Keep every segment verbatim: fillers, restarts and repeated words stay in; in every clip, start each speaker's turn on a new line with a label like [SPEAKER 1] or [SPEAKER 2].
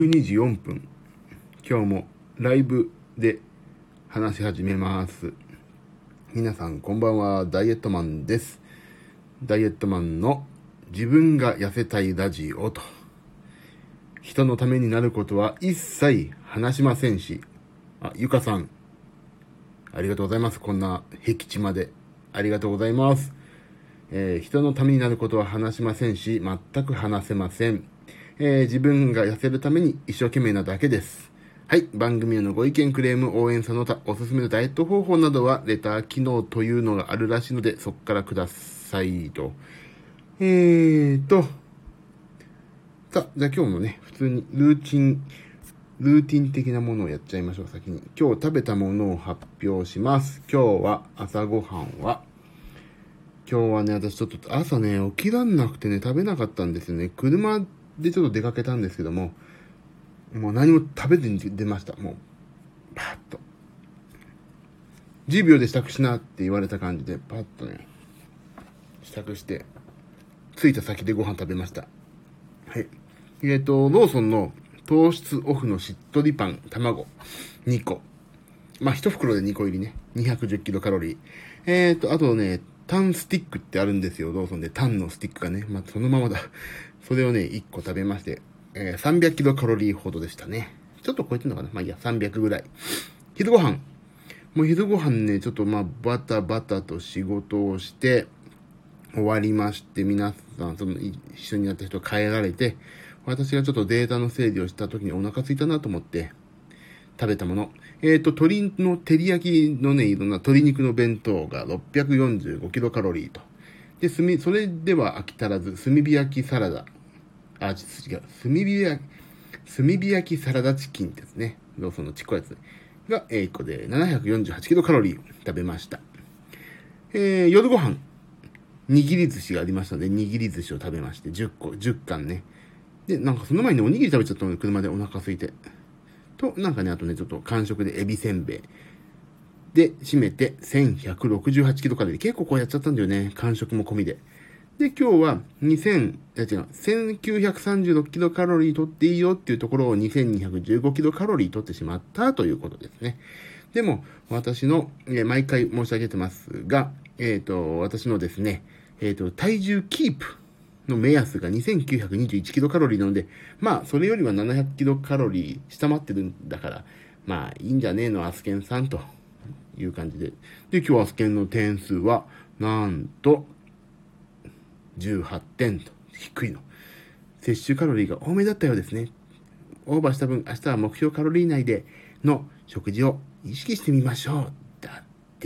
[SPEAKER 1] じゅうにじよんぷん、今日もライブで話し始めます。皆さんこんばんは、ダイエットマンです。ダイエットマンの自分が痩せたいラジオと、人のためになることは一切話しませんし、あ、ゆかさんありがとうございます。こんな僻地までありがとうございます。えー、人のためになることは話しませんし、全く話せません。えー、自分が痩せるために一生懸命なだけです。はい。番組へのご意見、クレーム、応援、その他、おすすめのダイエット方法などは、レター機能というのがあるらしいので、そこからくださいと。えーと。さあ、じゃあ今日もね、普通にルーチン、ルーティン的なものをやっちゃいましょう、先に。今日食べたものを発表します。今日は、朝ごはんは、今日はね、私ちょっと朝ね、起きらんなくてね、食べなかったんですよね。車でちょっと出かけたんですけども、もう何も食べずに出ました。もう、パッと。じゅうびょうで支度しなって言われた感じで、パッとね、支度して、着いた先でご飯食べました。はい。えーと、ローソンの糖質オフのしっとりパン、卵、にこ。まあ、いち袋でにこ入りね。にひゃくじゅっキロカロリー。えーと、あとね、タンスティックってあるんですよ、ローソンで。タンのスティックがね。まあ、そのままだ。それをね、いっこ食べまして、えー、さんびゃくキロカロリーほどでしたね。ちょっと超えてんのかな、まあいいや、さんびゃくぐらい。昼ご飯。もう昼ご飯ね、ちょっとまあ、バタバタと仕事をして、終わりまして、皆さん、その、一緒にやった人帰られて、私がちょっとデータの整理をした時にお腹空いたなと思って、食べたもの。えっと、鶏の照り焼きのね、いろんな鶏肉の弁当がろっぴゃくよんじゅうごキロカロリーと。で、すみ、それでは飽き足らず、炭火焼きサラダ。あ、違う、炭火焼き、炭火焼きサラダチキンですね。ローソンのちっこいやつが、えー、いっこでななひゃくよんじゅうはちキロカロリー食べました。えー、夜ご飯。握り寿司がありましたので、握り寿司を食べまして、じゅっこ、じゅっかんね。で、なんかその前におにぎり食べちゃったので、車でお腹空いて。と、なんかね、あとね、ちょっと間食でエビせんべい。で、締めてせんひゃくろくじゅうはちキロカロリー。結構こうやっちゃったんだよね。間食も込みで。で、今日はにせん、いや違う、せんきゅうひゃくさんじゅうろくキロカロリー取っていいよっていうところをにせんにひゃくじゅうごキロカロリー取ってしまったということですね。でも、私の、えー、毎回申し上げてますが、えっと、私のですね、えっと、体重キープの目安がにせんきゅうひゃくにじゅういちキロカロリーなので、まあ、それよりはななひゃくキロカロリー下回ってるんだから、まあ、いいんじゃねえの、アスケンさんという感じで。で、今日アスケンの点数は、なんと、じゅうはってんと、低いの。摂取カロリーが多めだったようですね。オーバーした分、明日は目標カロリー内での食事を意識してみましょう。だって。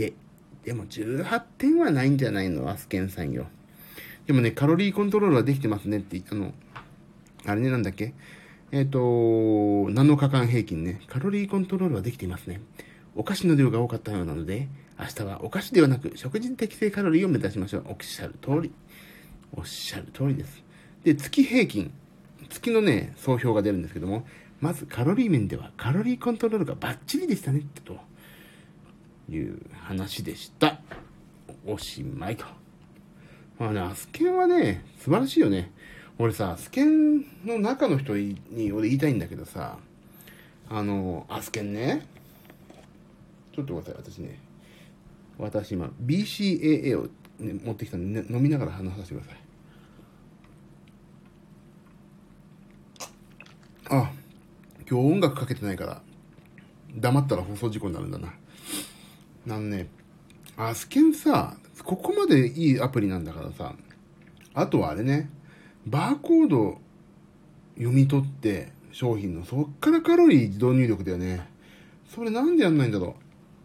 [SPEAKER 1] でもじゅうはってんはないんじゃないの、アスケンさんよ。でもね、カロリーコントロールはできてますねって、あの、あれね、なんだっけえっと、なのかかん平均ね。カロリーコントロールはできていますね。お菓子の量が多かったようなので、明日はお菓子ではなく食事適正カロリーを目指しましょう。おっしゃる通り。おっしゃる通りです。で、月平均。月のね、総評が出るんですけども、まずカロリー面ではカロリーコントロールがバッチリでしたね、という話でした。おしまいと。まあね、アスケンはね、素晴らしいよね。俺さ、アスケンの中の人に俺言いたいんだけどさ、あの、アスケンね、ちょっと待ってください、私ね。私今、ビーシーエーエー を、ね、持ってきたんで、ね、飲みながら話させてください。あ、今日音楽かけてないから、黙ったら放送事故になるんだな。なんね、アスケンさ、ここまでいいアプリなんだからさ、あとはあれね、バーコード読み取って商品のそっからカロリー自動入力だよね。それなんでやんないんだろ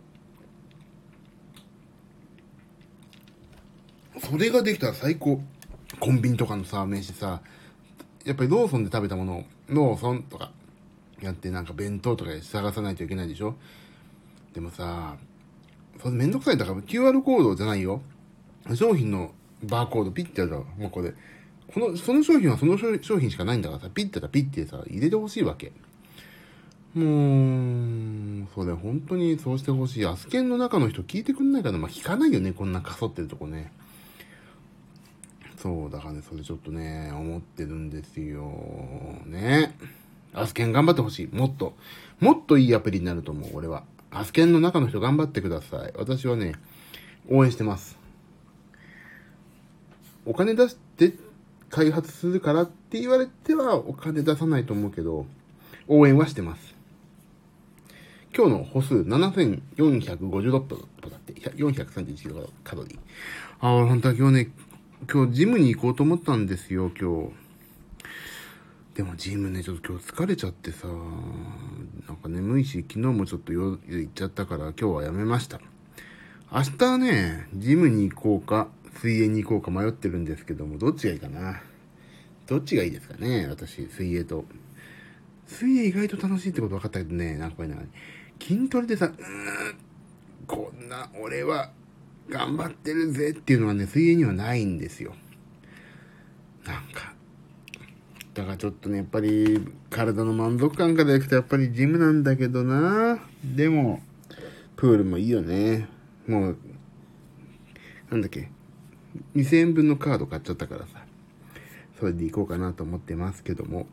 [SPEAKER 1] う。それができたら最高。コンビニとかのさ、飯さ、やっぱりローソンで食べたものをローソンとかやってなんか弁当とかで探さないといけないでしょ。でもさ、それめんどくさいんだから キューアール コードじゃないよ。商品のバーコードピッてやるから、もうこれ。この、その商品はその商品しかないんだからさ、ピッてやったらピッてさ、入れてほしいわけ。もう、それ本当にそうしてほしい。アスケンの中の人聞いてくんないかな。まあ、聞かないよね、こんなかそってるとこね。そう、だからね、それちょっとね、思ってるんですよ。ね。 アスケン頑張ってほしい。もっと。もっといいアプリになると思う、俺は。アスケンの中の人頑張ってください。私はね、応援してます。お金出して開発するからって言われてはお金出さないと思うけど、応援はしてます。今日の歩数ななせんよんひゃくごじゅうろっぷだって、よんひゃくさんじゅういちキロカロリー。ああ、本当は今日ね、今日ジムに行こうと思ったんですよ、今日。でもジムね、ちょっと今日疲れちゃってさ、なんか眠いし、昨日もちょっと夜行っちゃったから今日はやめました。明日ね、ジムに行こうか、水泳に行こうか迷ってるんですけども、どっちがいいかな。どっちがいいですかね、私、水泳と。水泳意外と楽しいってこと分かったけどね、なんかこれな、筋トレでさ、うーん、こんな俺は頑張ってるぜっていうのはね、水泳にはないんですよ。なんか。だからちょっとね、やっぱり体の満足感からいくとやっぱりジムなんだけどな。でも、プールもいいよね。もう、なんだっけ、にせんえんぶんのカード買っちゃったからさ、それで行こうかなと思ってますけども。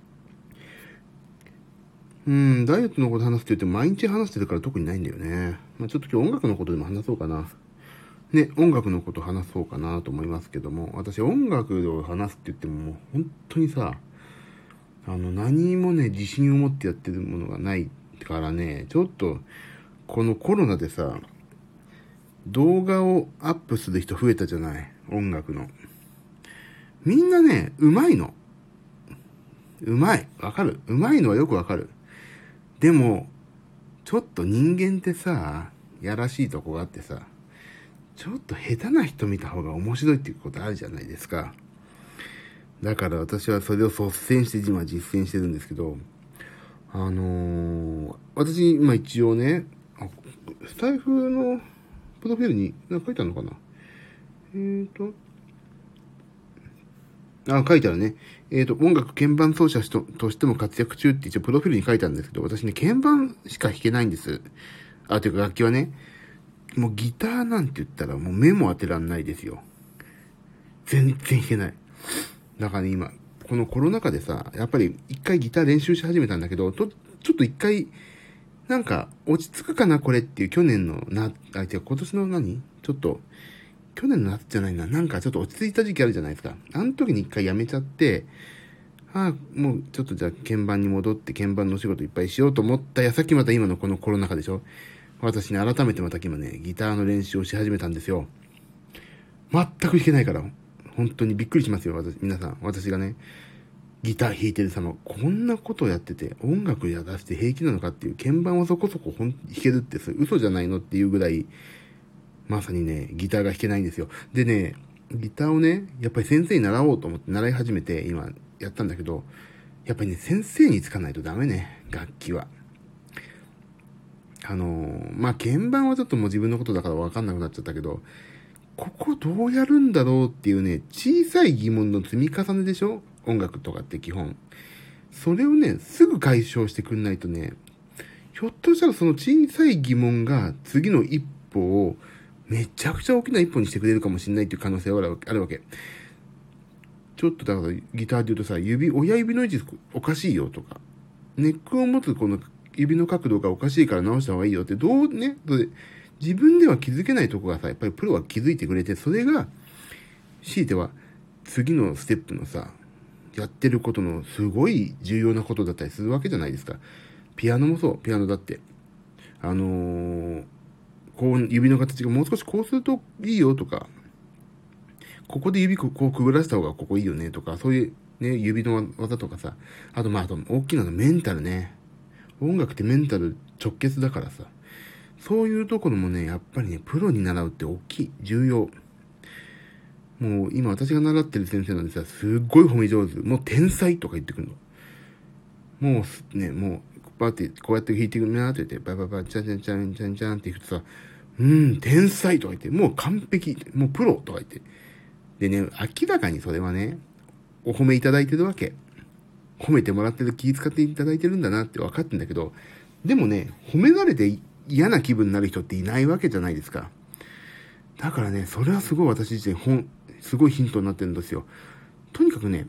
[SPEAKER 1] うん、ダイエットのこと話すって言っても毎日話してるから特にないんだよね。まあ、ちょっと今日音楽のことでも話そうかな。ね、音楽のこと話そうかなと思いますけども、私音楽を話すって言ってももう本当にさ、あの何もね、自信を持ってやってるものがないからね、ちょっとこのコロナでさ、動画をアップする人増えたじゃない、音楽の。みんなね、うまいの。うまい。わかる。うまいのはよくわかる。でも、ちょっと人間ってさ、やらしいとこがあってさ、ちょっと下手な人見た方が面白いっていうことあるじゃないですか。だから私はそれを率先して今実践してるんですけど、あのー、私今一応ね、あ、スタイフのプロフィールに何か書いてあるのかな。えーと、あ、書いてあるね。えーと、音楽鍵盤奏者としても活躍中って一応プロフィールに書いてあるんですけど、私ね、鍵盤しか弾けないんです。あ、というか楽器はね、もうギターなんて言ったらもう目も当てらんないですよ。全然弾けない。だからね、今、このコロナ禍でさ、やっぱり一回ギター練習し始めたんだけど、と、ちょっと一回、なんか、落ち着くかなこれっていう去年のな、あ、違う、今年の何ちょっと、去年の夏じゃないな、なんかちょっと落ち着いた時期あるじゃないですか。あの時に一回やめちゃって、ああ、もうちょっとじゃあ鍵盤に戻って鍵盤のお仕事いっぱいしようと思った矢先また今のこのコロナ禍でしょ。私ね、改めてまた今ね、ギターの練習をし始めたんですよ。全く弾けないから、本当にびっくりしますよ、私、皆さん。私がね、ギター弾いてる様、こんなことをやってて、音楽や出して平気なのかっていう、鍵盤をそこそこほん弾けるって嘘じゃないのっていうぐらい、まさにね、ギターが弾けないんですよ。でね、ギターをね、やっぱり先生に習おうと思って習い始めて、今やったんだけど、やっぱりね、先生につかないとダメね、楽器は。あのー、まあ、鍵盤はちょっともう自分のことだから分かんなくなっちゃったけど、ここどうやるんだろうっていうね、小さい疑問の積み重ねでしょ？音楽とかって基本。それをね、すぐ解消してくんないとね、ひょっとしたらその小さい疑問が次の一歩をめちゃくちゃ大きな一歩にしてくれるかもしれないっていう可能性はあるわけ。ちょっとだからギターで言うとさ、指、親指の位置おかしいよとか、ネックを持つこの指の角度がおかしいから直した方がいいよって、どうね、自分では気づけないとこがさ、やっぱりプロは気づいてくれて、それが、強いては次のステップのさ、やってることのすごい重要なことだったりするわけじゃないですか。ピアノもそう、ピアノだって。あのー、こう、指の形がもう少しこうするといいよとか、ここで指こうくぐらせた方がここいいよねとか、そういうね、指の技とかさ、あとまあ、あと大きなのメンタルね。音楽ってメンタル直結だからさ、そういうところもね、やっぱりね、プロに習うって大きい、重要。もう今私が習ってる先生なんですが、すっごい褒め上手。もう天才とか言ってくるの。もうね、もう、バーってこうやって弾いてくるなーって言って、バババ、チャチャチャンチャンチャンって弾くとさ、うん、天才とか言って、もう完璧、もうプロとか言って。でね、明らかにそれはね、お褒めいただいてるわけ。褒めてもらってる、気遣っていただいてるんだなって分かってんだけど、でもね、褒められて嫌な気分になる人っていないわけじゃないですか。だからね、それはすごい私自身、ほん、すごいヒントになってるんですよ。とにかくね、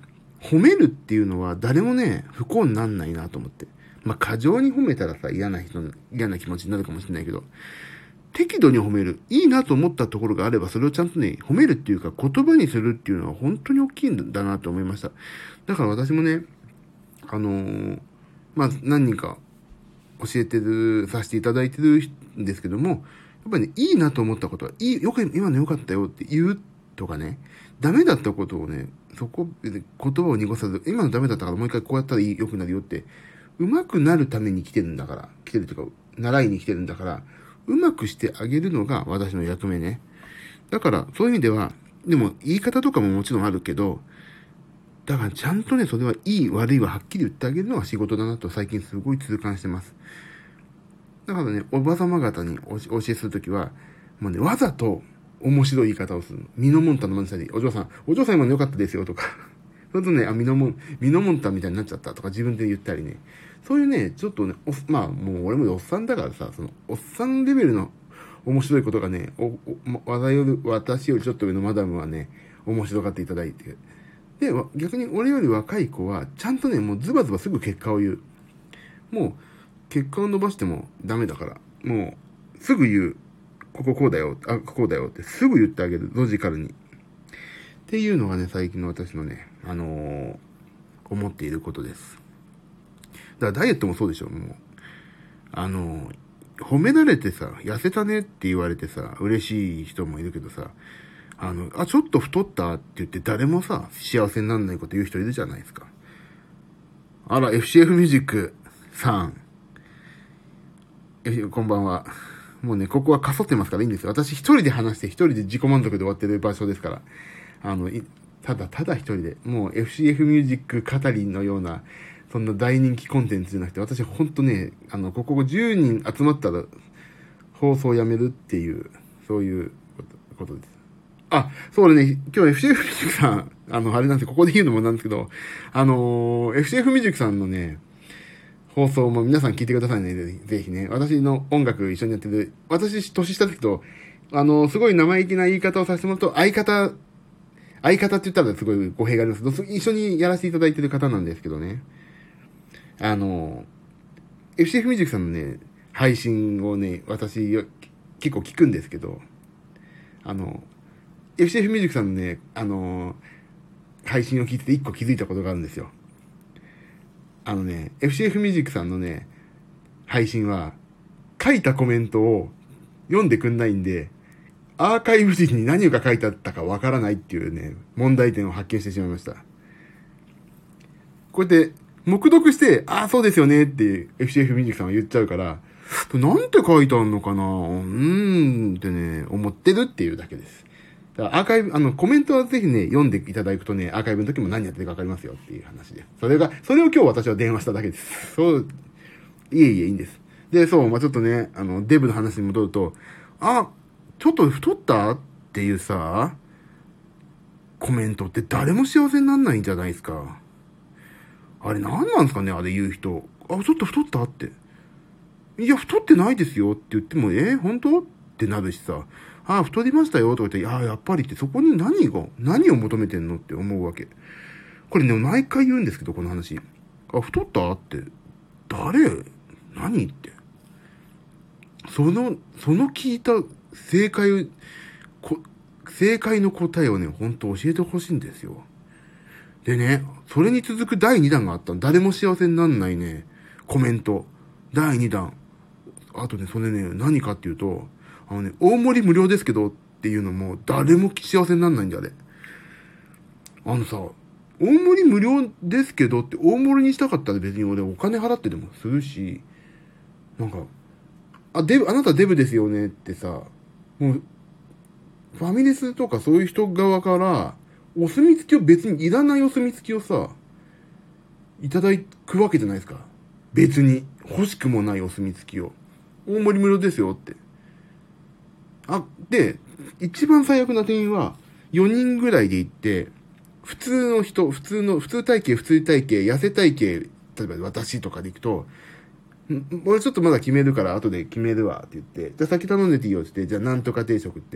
[SPEAKER 1] 褒めるっていうのは誰もね、不幸になんないなと思って。まあ、過剰に褒めたらさ、嫌な人、嫌な気持ちになるかもしれないけど、適度に褒める。いいなと思ったところがあれば、それをちゃんとね、褒めるっていうか、言葉にするっていうのは本当に大きいんだなと思いました。だから私もね、あのー、まあ、何人か教えてる、させていただいてるんですけども、やっぱりね、いいなと思ったことは、いい、よく、今の良かったよって言うとかね、ダメだったことをね、そこ、言葉を濁さず、今のダメだったからもう一回こうやったらいい、良くなるよって、上手くなるために来てるんだから、来てるというか、習いに来てるんだから、うまくしてあげるのが私の役目ね。だから、そういう意味では、でも言い方とかももちろんあるけど、だからちゃんとね、それはいい悪いははっきり言ってあげるのが仕事だなと最近すごい痛感してます。だからね、おばさま方にお教えするときは、もうね、わざと面白い言い方をするの。ミノモンタの真似したり、お嬢さん、お嬢さん今の良かったですよとか。それとね、あ、ミノモン、ミノモンタみたいになっちゃったとか自分で言ったりね。そういうね、ちょっとね、おまあ、もう俺もおっさんだからさ、その、おっさんレベルの面白いことがね、お、お、わざより、私よりちょっと上のマダムはね、面白がっていただいて。で、逆に俺より若い子は、ちゃんとね、もうズバズバすぐ結果を言う。もう、結果を伸ばしてもダメだから、もう、すぐ言う。こここうだよ、あ、こうだよってすぐ言ってあげる。ロジカルに。っていうのがね、最近の私のね、あのー、思っていることです。だからダイエットもそうでしょ、もう。あのー、褒められてさ、痩せたねって言われてさ、嬉しい人もいるけどさ、あの、あ、ちょっと太ったって言って誰もさ、幸せにならないこと言う人いるじゃないですか。あら、エフシーエフ ミュージックさん。え、こんばんは。もうね、ここはかそってますからいいんですよ。私一人で話して一人で自己満足で終わってる場所ですから。あの、ただただ一人で、もう エフシーエフ ミュージック語りのような、そんな大人気コンテンツじゃなくて、私ほんとね、あの、ここじゅうにん集まったら、放送をやめるっていう、そういうことです。あ、そうね、今日 エフシーエフ ミュージックさん、あの、あれなんですここで言うのもなんですけど、あのー、エフシーエフ ミュージックさんのね、放送も皆さん聞いてくださいね、ぜひね。私の音楽一緒にやってる、私年下ですけど、あの、すごい生意気な言い方をさせてもらうと、相方、相方って言ったらすごい語弊がありますけど、一緒にやらせていただいてる方なんですけどね。あの、エフシーエフ ミュージックさんのね、配信をね、私結構聞くんですけど、あの、エフシーエフ ミュージックさんのね、あの、配信を聞いてて一個気づいたことがあるんですよ。あのね、エフシーエフ ミュージックさんのね、配信は、書いたコメントを読んでくんないんで、アーカイブ時に何が書いてあったかわからないっていうね、問題点を発見してしまいました。こうやって、黙読して、ああ、そうですよねって エフシーエフ ミュージックさんは言っちゃうから、なんて書いてあるのかなうーんってね、思ってるっていうだけです。だからアーカイブ、あの、コメントはぜひね、読んでいただくとね、アーカイブの時も何やってるかわかりますよっていう話で。それが、それを今日私は電話しただけです。そう、いえいえ、いいんです。で、そう、まあ、ちょっとね、あの、デブの話に戻ると、あ、ちょっと太ったっていうさ、コメントって誰も幸せになんないんじゃないですか。あれ何なんですかね、あれ言う人。あ、ちょっと太ったって。いや、太ってないですよって言っても、えー、本当ってなるしさ、あ、太りましたよとか言って、あ、やっぱりってそこに何が、何を求めてんのって思うわけ。これね、毎回言うんですけど、この話。あ、太ったって、誰何って。その、その聞いた正解、こ正解の答えをね、ほんと教えてほしいんですよ。でね、それに続くだいにだんがあったの。誰も幸せになんないね、コメント。だいにだん。あとね、それね、何かっていうと、あのね、大盛り無料ですけどっていうのも、誰も幸せになんないんだよ、あれ。あのさ、大盛り無料ですけどって、大盛りにしたかったら別に俺お金払ってでもするし、なんか、あ、デブ、あなたデブですよねってさ、もう、ファミレスとかそういう人側から、お墨付きを別にいらないお墨付きをさ、いただくわけじゃないですか。別に。欲しくもないお墨付きを。大盛り無料ですよって。あ、で、一番最悪な点は、よにんぐらいで行って、普通の人、普通の、普通体型、普通体型、痩せ体型、例えば私とかで行くと、俺ちょっとまだ決めるから後で決めるわって言って、じゃあ先頼んでていいよって言って、じゃあなんとか定食って。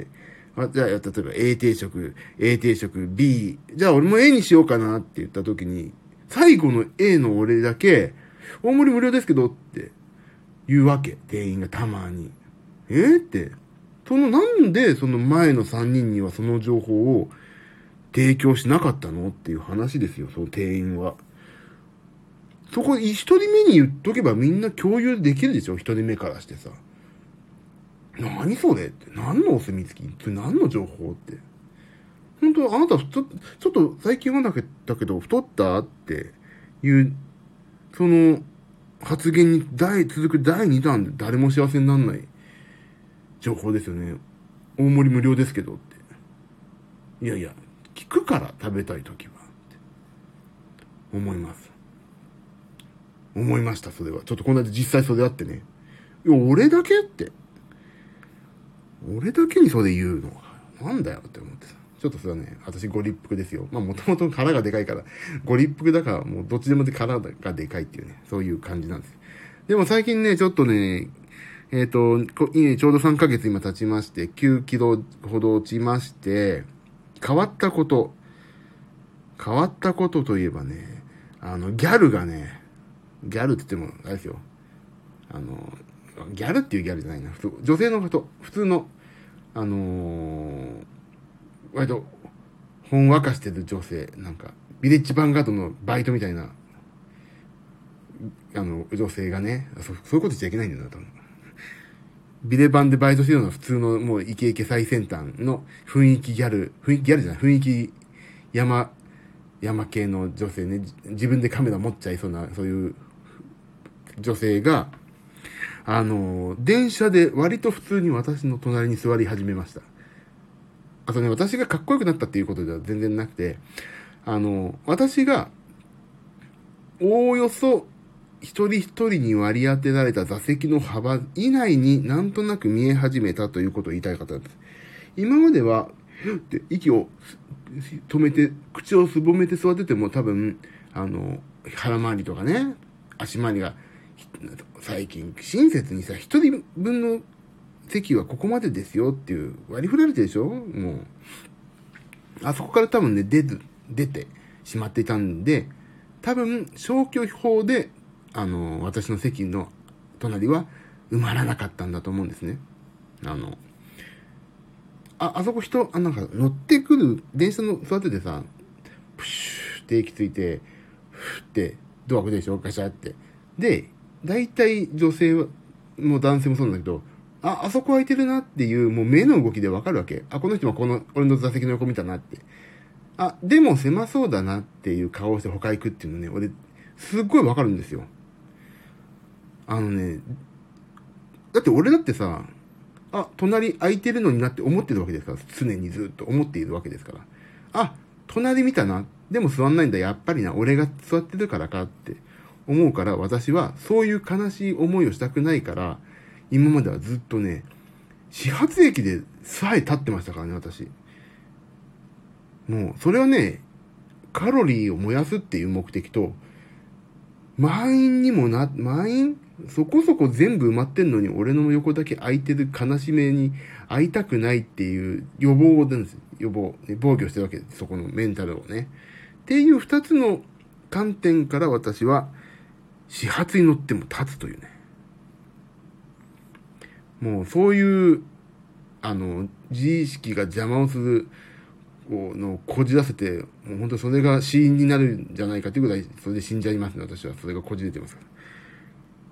[SPEAKER 1] あじゃあ、例えば A 定食、A 定食、B、じゃあ俺も A にしようかなって言った時に、最後の A の俺だけ、大盛り無料ですけどって言うわけ。店員がたまに。えー、って。そのなんでその前のさんにんにはその情報を提供しなかったのっていう話ですよ、その店員は。そこ一人目に言っとけばみんな共有できるでしょ、一人目からしてさ。何それって。何のお墨付き？それ何の情報って。本当あなたちょ、ちょっと最近はだけだけど太ったっていう、その発言に第続くだいにだんで誰も幸せにならない情報ですよね。大盛り無料ですけどって。いやいや、聞くから食べたいときはって思います。思いました、それは。ちょっとこの間実際それあってね。いや、俺だけって。俺だけにそれ言うのなんだよって思ってさ。ちょっとそれはね、私ご立腹ですよ。まあもともと腹がでかいから、ご立腹だからもうどっちでもで腹がでかいっていうね、そういう感じなんです。でも最近ね、ちょっとね、えっと、ちょうどさんかげつ今経ちまして、きゅうキロほど落ちまして、変わったこと。変わったことといえばね、あの、ギャルがね、ギャルって言っても、あれですよ。あの、ギャルっていうギャルじゃないな。普通、女性の方、普通の、あのー、割と、ほんわかしてる女性、なんか、ビレッジヴァンガードのバイトみたいな、あの、女性がね、そそういうこと言っちゃいけないんだよな、多分。ビレバンでバイトしてるのは普通のもうイケイケ最先端の雰囲気ギャル、雰囲気ギャルじゃない、雰囲気山、山系の女性ね、自分でカメラ持っちゃいそうな、そういう女性が、あの、電車で割と普通に私の隣に座り始めました。あとね、私がかっこよくなったっていうことでは全然なくて、あの、私が、おおよそ、一人一人に割り当てられた座席の幅以内になんとなく見え始めたということを言いたい方です。今までは、って息を止めて、口をすぼめて座ってても多分、あの、腹回りとかね、足回りが、最近、親切にさ、一人分の席はここまでですよっていう割り振られてるでしょもう。あそこから多分ね、出ず、出てしまっていたんで、多分、消去法で、あの、私の席の隣は埋まらなかったんだと思うんですね。あの、あ、あそこ人、あ、なんか乗ってくる、電車の座っててさ、プシューって息ついて、ふーってドア開くでしょガシャって。で、大体女性は、もう男性もそうなんだけど、あ、あそこ空いてるなっていう、もう目の動きでわかるわけ。あ、この人もこの、俺の座席の横見たなって。あ、でも狭そうだなっていう顔をして他行くっていうのね、俺、すっごいわかるんですよ。あのね、だって俺だってさ、あ、隣空いてるのになって思ってるわけですから、常にずっと思っているわけですから。あ、隣見たな。でも座んないんだ。やっぱりな、俺が座ってるからかって思うから、私はそういう悲しい思いをしたくないから、今まではずっとね、始発駅でさえ立ってましたからね、私。もう、それはね、カロリーを燃やすっていう目的と、満員にもな、満員そこそこ全部埋まってんのに俺の横だけ空いてる悲しめに会いたくないっていう予防なんです。予防。防御してるわけです。そこのメンタルをね。っていう二つの観点から私は始発に乗っても立つというね。もうそういう、あの、自意識が邪魔をするのをこじらせて、もう本当それが死因になるんじゃないかというぐらい、それで死んじゃいますね、私は。それがこじれてますから。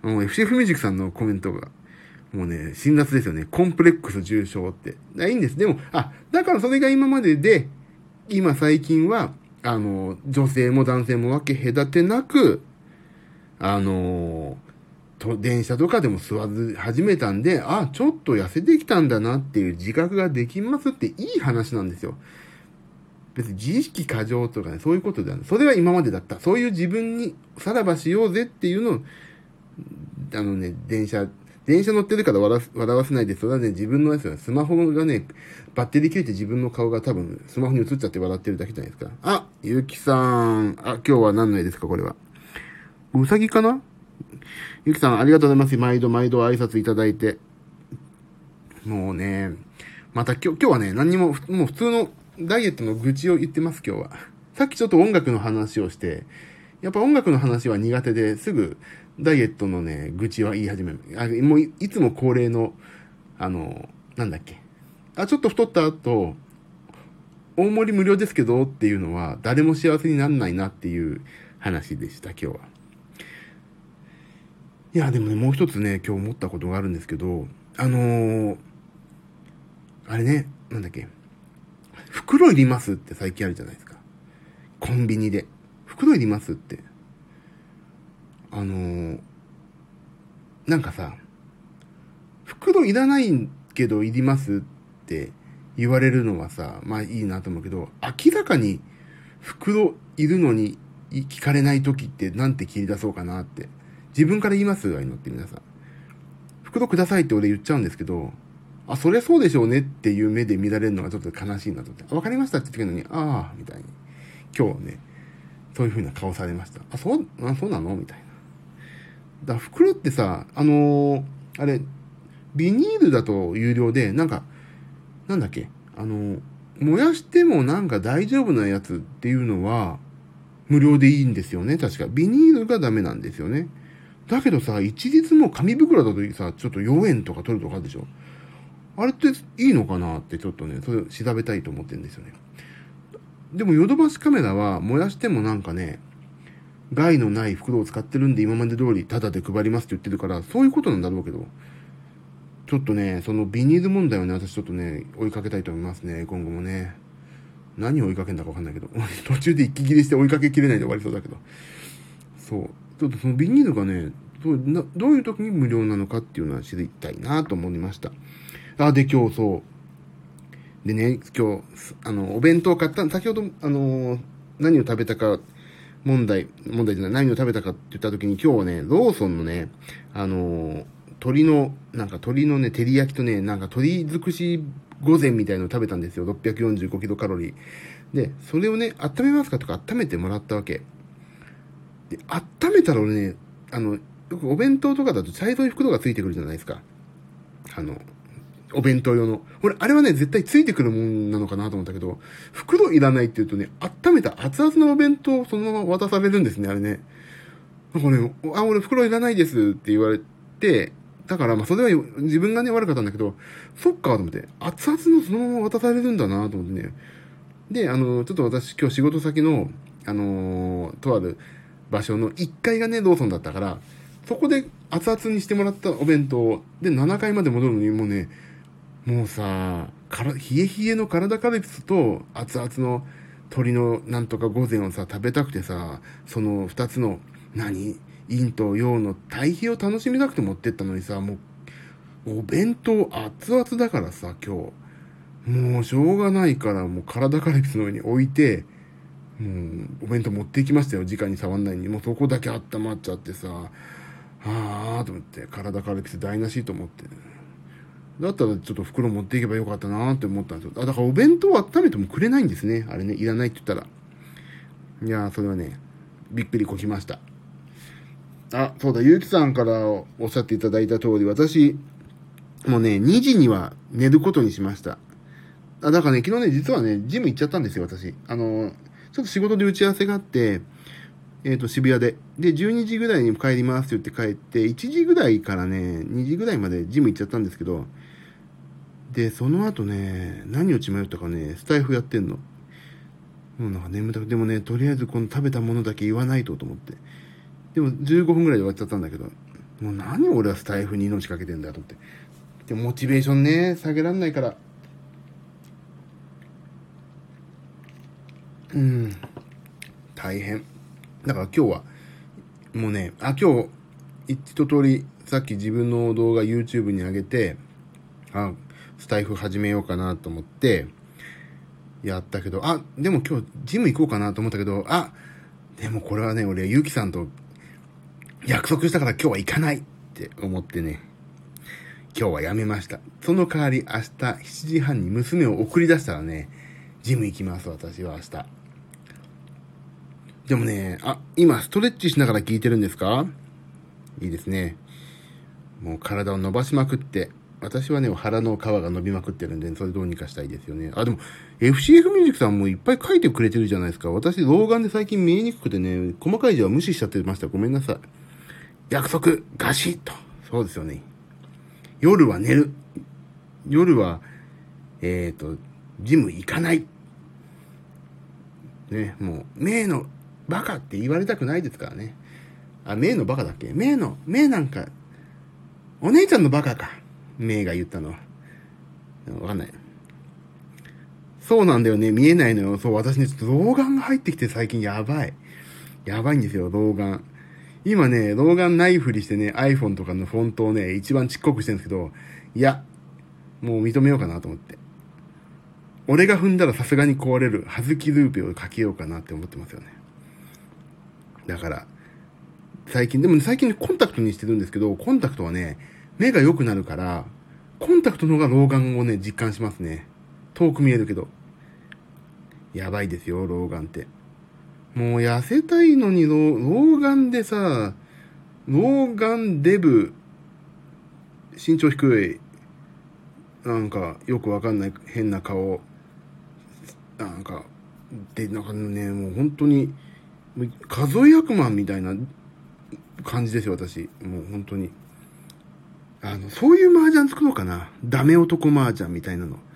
[SPEAKER 1] もう エフシーエフ ミュージックさんのコメントが、もうね、辛辣ですよね。コンプレックス重症って。いいんです。でも、あ、だからそれが今までで、今最近は、あの、女性も男性も分け隔てなく、あの、と電車とかでも座り始めたんで、あ、ちょっと痩せてきたんだなっていう自覚ができますっていい話なんですよ。別に自意識過剰とかね、そういうことではない。それは今までだった。そういう自分にさらばしようぜっていうのを、あのね、電車、電車乗ってるから笑わせないで、それはね、自分のやつはスマホがね、バッテリー切れて自分の顔が多分スマホに映っちゃって笑ってるだけじゃないですか。あ、ゆきさん。あ、今日は何の絵ですか、これは。うさぎかな？ゆきさん、ありがとうございます。毎度毎度挨拶いただいて。もうね、 また今日、今日はね、何にも、もう普通のダイエットの愚痴を言ってます、今日は。さっきちょっと音楽の話をして、やっぱ音楽の話は苦手ですぐ、ダイエットのね、愚痴は言い始める。あ、もうい、いつも恒例の、あの、なんだっけ。あ、ちょっと太った後、大盛り無料ですけどっていうのは、誰も幸せにならないなっていう話でした、今日は。いや、でもね、もう一つね、今日思ったことがあるんですけど、あのー、あれね、なんだっけ。袋いりますって最近あるじゃないですか。コンビニで。袋いりますって。あのー、なんかさ、袋いらないけどいりますって言われるのはさ、まあいいなと思うけど、明らかに袋いるのに聞かれない時ってなんて切り出そうかなって。自分から言いますああいうのって皆さん。袋くださいって俺言っちゃうんですけど、あ、そりゃそうでしょうねっていう目で見られるのがちょっと悲しいなと思って。わかりましたって言ってくるのに、ああ、みたいに。今日ね、そういう風な顔されました。あ、そう、あ、そうなのみたいな。だから袋ってさ、あのー、あれ、ビニールだと有料で、なんか、なんだっけ、あのー、燃やしてもなんか大丈夫なやつっていうのは、無料でいいんですよね、確か。ビニールがダメなんですよね。だけどさ、一律も紙袋だとさ、ちょっとよえんとか取るとかあるでしょ。あれっていいのかなってちょっとね、それ調べたいと思ってるんですよね。でもヨドバシカメラは燃やしてもなんかね、害のない袋を使ってるんで今まで通りタダで配りますって言ってるから、そういうことなんだろうけど、ちょっとね、そのビニール問題をね、私ちょっとね、追いかけたいと思いますね、今後もね。何を追いかけんだかわかんないけど、途中で息切れして追いかけきれないで終わりそうだけど。そう。ちょっとそのビニールがね、どうなどういう時に無料なのかっていうのは知りたいなと思いました。あ、で、今日そう。でね、今日、あの、お弁当買った、先ほど、あの、何を食べたか、問題、問題じゃない、何を食べたかって言った時に今日はね、ローソンのね、あの、鶏の、なんか鶏のね、照り焼きとね、なんか鶏尽くし御膳みたいのを食べたんですよ。ろっぴゃくよんじゅうごキロカロリー。で、それをね、温めますかとか温めてもらったわけ。で、温めたら俺ね、あの、よくお弁当とかだと茶色い袋がついてくるじゃないですか。あの、お弁当用の。俺、あれはね、絶対ついてくるもんなのかなと思ったけど、袋いらないって言うとね、温めた熱々のお弁当をそのまま渡されるんですね、あれね。なんかね、あ、俺袋いらないですって言われて、だからまあそれは自分がね悪かったんだけど、そっかと思って、熱々のそのまま渡されるんだなと思ってね。で、あの、ちょっと私今日仕事先の、あのー、とある場所のいっかいがね、ローソンだったから、そこで熱々にしてもらったお弁当でななかいまで戻るのにもうね、もうさ、から冷え冷えの体カルピスと熱々の鶏のなんとか御膳をさ、食べたくてさ、その二つの、何陰と陽の対比を楽しみたくて持ってったのにさ、もう、お弁当熱々だからさ、今日。もうしょうがないから、もう体カルピスの上に置いて、もう、お弁当持っていきましたよ、直に触んないに。もうそこだけ温まっちゃってさ、はぁーと思って、体カルピス台無しと思って。だったらちょっと袋持っていけばよかったなーって思ったんですよ。あ、だからお弁当温めてもくれないんですね。あれね、いらないって言ったら。いやー、それはね、びっくりこきました。あ、そうだ、ゆうきさんからおっしゃっていただいた通り、私、もうね、にじには寝ることにしました。あ、だからね、昨日ね、実はね、ジム行っちゃったんですよ、私。あの、ちょっと仕事で打ち合わせがあって、えっと、渋谷で。で、じゅうにじぐらいに帰りますって言って帰って、いちじぐらいからね、にじぐらいまでジム行っちゃったんですけど、で、その後ね、何を血迷ったかね、スタイフやってんの。もうなんか眠たくて、でもね、とりあえずこの食べたものだけ言わないとと思って。でもじゅうごふんぐらいで終わっちゃったんだけど、もう何俺はスタイフに命かけてんだと思って。でもモチベーションね、下げらんないから。うん。大変。だから今日は、もうね、あ、今日、一通り、さっき自分の動画 YouTube に上げて、あ、スタイフ始めようかなと思って、やったけど、あ、でも今日ジム行こうかなと思ったけど、あ、でもこれはね、俺、ゆうきさんと約束したから今日は行かないって思ってね、今日はやめました。その代わり明日しちじはんに娘を送り出したらね、ジム行きます、私は明日。でもね、あ、今ストレッチしながら聞いてるんですか？いいですね。もう体を伸ばしまくって、 私はね、腹の皮が伸びまくってるんで、それどうにかしたいですよね。あ、でも、エフシーエフ ミュージックさんもいっぱい書いてくれてるじゃないですか。私、老眼で最近見えにくくてね、細かい字は無視しちゃってました。ごめんなさい。約束、ガシッと。そうですよね。夜は寝る。夜は、えっと、ジム行かない。ね、もう、名のバカって言われたくないですからね。あ、名のバカだっけ？名の、名なんか、お姉ちゃんのバカか。名が言ったのは。わかんない。そうなんだよね。見えないのよ。そう、私ね、ちょっと老眼が入ってきて最近やばい。やばいんですよ、老眼。今ね、老眼ないふりしてね、iPhone とかのフォントをね、一番ちっこくしてるんですけど、いや、もう認めようかなと思って。俺が踏んだらさすがに壊れる、はずきルーペをかけようかなって思ってますよね。だから、最近、でも最近ね、コンタクトにしてるんですけど、コンタクトはね、目が良くなるから、コンタクトの方が老眼をね、実感しますね。遠く見えるけど。やばいですよ、老眼って。もう痩せたいのに老、老眼でさ、老眼デブ、身長低い、なんかよくわかんない変な顔、なんか、で、なんかね、もう本当に、数え役満みたいな感じですよ、私。もう本当に。あの、そういう麻雀作ろうかな。ダメ男麻雀みたいなの。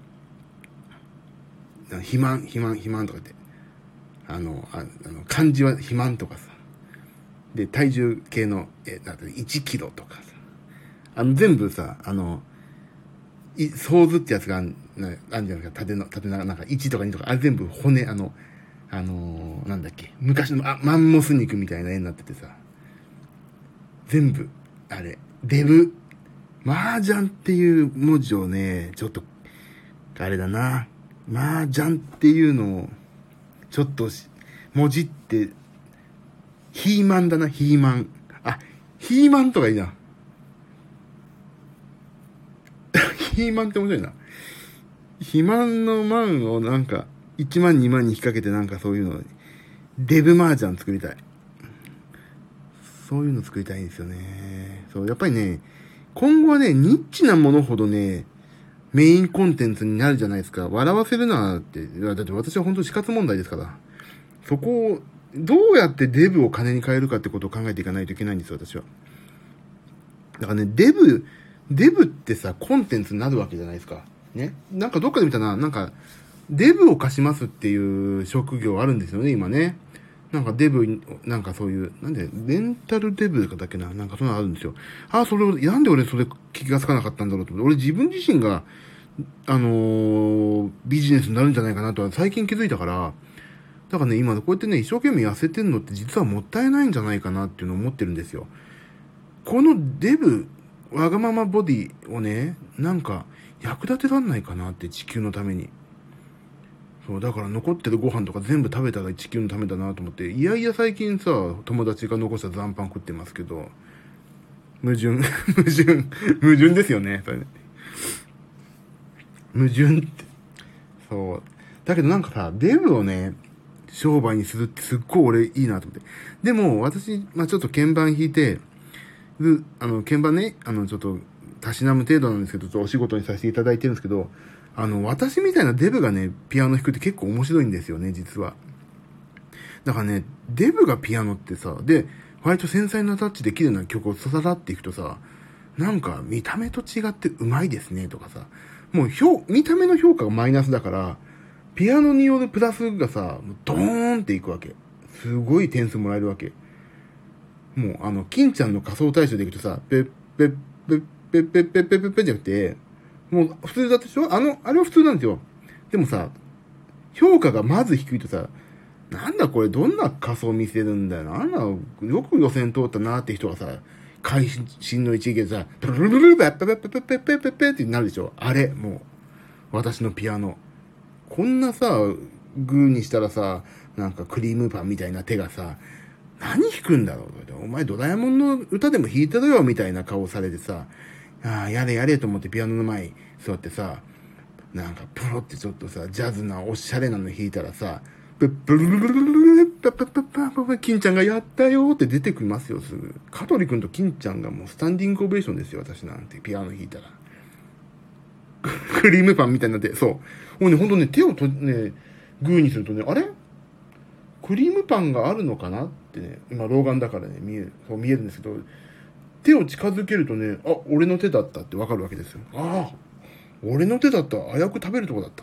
[SPEAKER 1] 肥満、肥満、肥満とかって。あの、ああの漢字は肥満とかさ。で、体重計の、え、なんかいちキロとかさ。あの、全部さ、あの、い、ソーズってやつがあん、なあんじゃないですか。縦の、縦長、なんかいちとかにとか、あれ全部骨、あの、あのー、なんだっけ。昔の、あ、マンモス肉みたいな絵になっててさ。全部、あれ、デブ、麻雀っていう文字をね、ちょっと、あれだな。麻雀っていうのを、ちょっと、文字って、ヒーマンだな、ヒーマン。あ、ヒーマンとかいいな。ヒーマンって面白いな。肥満の万をなんか、いちまんにまんに引っ掛けてなんかそういうの、デブ麻雀作りたい。そういうの作りたいんですよね。そう、やっぱりね、今後はね、ニッチなものほどね、メインコンテンツになるじゃないですか。笑わせるなって。だって私は本当死活問題ですから。そこを、どうやってデブを金に変えるかってことを考えていかないといけないんですよ、私は。だからね、デブ、デブってさ、コンテンツになるわけじゃないですか。ね。なんかどっかで見たな、なんか、デブを貸しますっていう職業あるんですよね、今ね。なんかデブ、なんかそういう、なんで、レンタルデブだっけな、なんかそういうのあるんですよ。ああ、それを、なんで俺それ気がつかなかったんだろうと思って。俺自分自身が、あのー、ビジネスになるんじゃないかなとは最近気づいたから、だからね、今こうやってね、一生懸命痩せてんのって実はもったいないんじゃないかなっていうのを思ってるんですよ。このデブ、わがままボディをね、なんか役立てらんないかなって地球のために。そう、だから残ってるご飯とか全部食べたら地球のためだなと思って、いやいや最近さ、友達が残した残飯食ってますけど、矛盾、矛盾、矛盾ですよね、それね。矛盾って。そう。だけどなんかさ、デブをね、商売にするってすっごい俺いいなと思って。でも私、まあちょっと鍵盤弾いて、あの、鍵盤ね、あの、ちょっと、たしなむ程度なんですけど、ちょっとお仕事にさせていただいてるんですけど、あの、私みたいなデブがね、ピアノ弾くって結構面白いんですよね、実は。だからね、デブがピアノってさ、で、割と繊細なタッチで綺麗な曲をささらっていくとさ、なんか見た目と違ってうまいですね、とかさ、もう評、見た目の評価がマイナスだから、ピアノによるプラスがさ、ドーンっていくわけ。すごい点数もらえるわけ。もう、あの、金ちゃんの仮想対象でいくとさ、ペッペッペッペッペッペッペッペッペッじゃなくて、もう普通だったでしょ？あの、あれは普通なんですよ。でもさ、評価がまず低いとさ、なんだこれどんな仮想見せるんだよ。なんだ、よく予選通ったなって人がさ、会心の一撃でさ、プルルルルルペッペッペッペッペッペッペッペッってなるでしょ？あれ、もう、私のピアノ。こんなさ、グーにしたらさ、なんかクリームパンみたいな手がさ、何弾くんだろう。お前ドラえもんの歌でも弾いてろよみたいな顔されてさ、ああ、やれやれと思ってピアノの前に座ってさ、なんかプロってちょっとさ、ジャズなおしゃれなの弾いたらさ、ブッブルルルルルルパパパパパパ金ちゃんがやったよって出てきますよ、すぐ。香取くんと金ちゃんがもうスタンディングオベーションですよ、私なんてピアノ弾いたら。 クリームパンみたいになって、そう。もうね、ほんとね、手をと、ね、グーにするとね、あれクリームパンがあるのかなってね、今老眼だからね、見える、そう見えるんですけど、手を近づけるとね、あ、俺の手だったってわかるわけですよ。ああ、俺の手だった。危うく食べるとこだった。